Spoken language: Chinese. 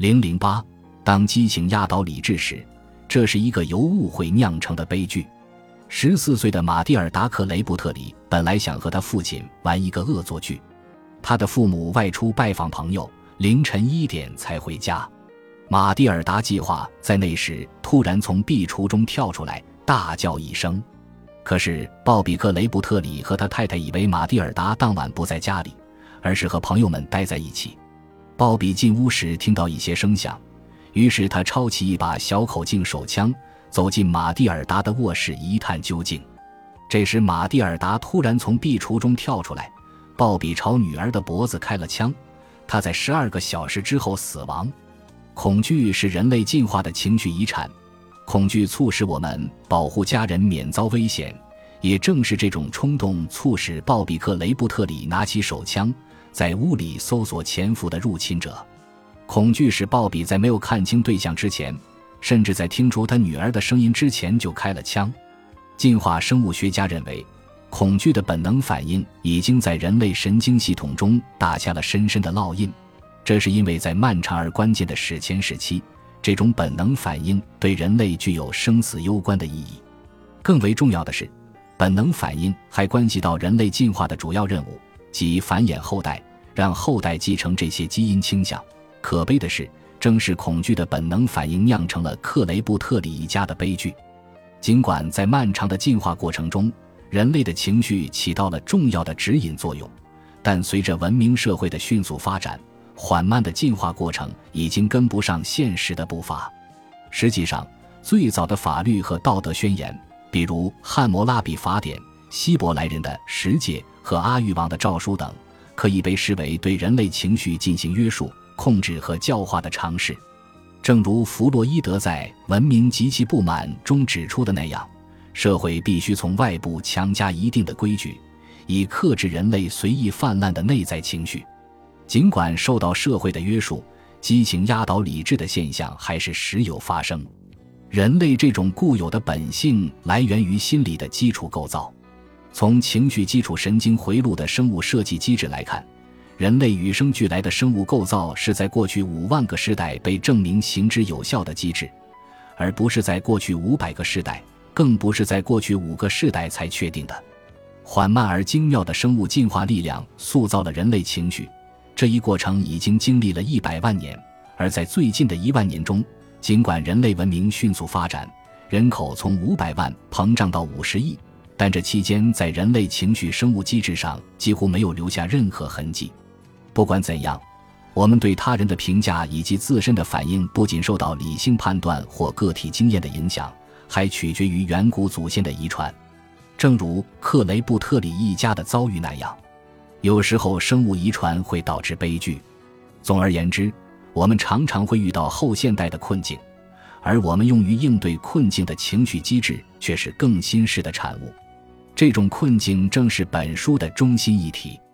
008当激情压倒理智时，这是一个由误会酿成的悲剧。14岁的马蒂尔达·克雷布特里本来想和他父亲玩一个恶作剧，他的父母外出拜访朋友，凌晨1点才回家。马蒂尔达计划在那时突然从壁橱中跳出来，大叫一声。可是鲍比·克雷布特里和他太太以为马蒂尔达当晚不在家里，而是和朋友们待在一起。鲍比进屋时听到一些声响，于是他抄起一把小口径手枪，走进马蒂尔达的卧室一探究竟。这时马蒂尔达突然从壁橱中跳出来，鲍比朝女儿的脖子开了枪，她在12个小时之后死亡。恐惧是人类进化的情绪遗产，恐惧促使我们保护家人免遭危险，也正是这种冲动促使鲍比·克雷布特里拿起手枪，在屋里搜索潜伏的入侵者。恐惧使鲍比在没有看清对象之前，甚至在听出他女儿的声音之前就开了枪。进化生物学家认为，恐惧的本能反应已经在人类神经系统中打下了深深的烙印，这是因为在漫长而关键的史前时期，这种本能反应对人类具有生死攸关的意义。更为重要的是，本能反应还关系到人类进化的主要任务，即繁衍后代，让后代继承这些基因倾向。可悲的是，正是恐惧的本能反应酿成了克雷布特里一家的悲剧。尽管在漫长的进化过程中，人类的情绪起到了重要的指引作用，但随着文明社会的迅速发展，缓慢的进化过程已经跟不上现实的步伐。实际上，最早的法律和道德宣言，比如汉谟拉比法典、希伯来人的十诫和阿育王的诏书等，可以被视为对人类情绪进行约束、控制和教化的尝试。正如弗洛伊德在《文明及其不满》中指出的那样，社会必须从外部强加一定的规矩，以克制人类随意泛滥的内在情绪。尽管受到社会的约束，激情压倒理智的现象还是时有发生。人类这种固有的本性来源于心理的基础构造。从情绪基础神经回路的生物设计机制来看，人类与生俱来的生物构造是在过去5万个世代被证明行之有效的机制，而不是在过去500个世代，更不是在过去5个世代才确定的。缓慢而精妙的生物进化力量塑造了人类情绪，这一过程已经经历了100万年，而在最近的1万年中，尽管人类文明迅速发展，人口从500万膨胀到50亿，但这期间在人类情绪生物机制上几乎没有留下任何痕迹。不管怎样，我们对他人的评价以及自身的反应不仅受到理性判断或个体经验的影响，还取决于远古祖先的遗传。正如克雷布特里一家的遭遇那样，有时候生物遗传会导致悲剧。总而言之，我们常常会遇到后现代的困境，而我们用于应对困境的情绪机制却是更新式的产物。这种困境正是本书的中心议题。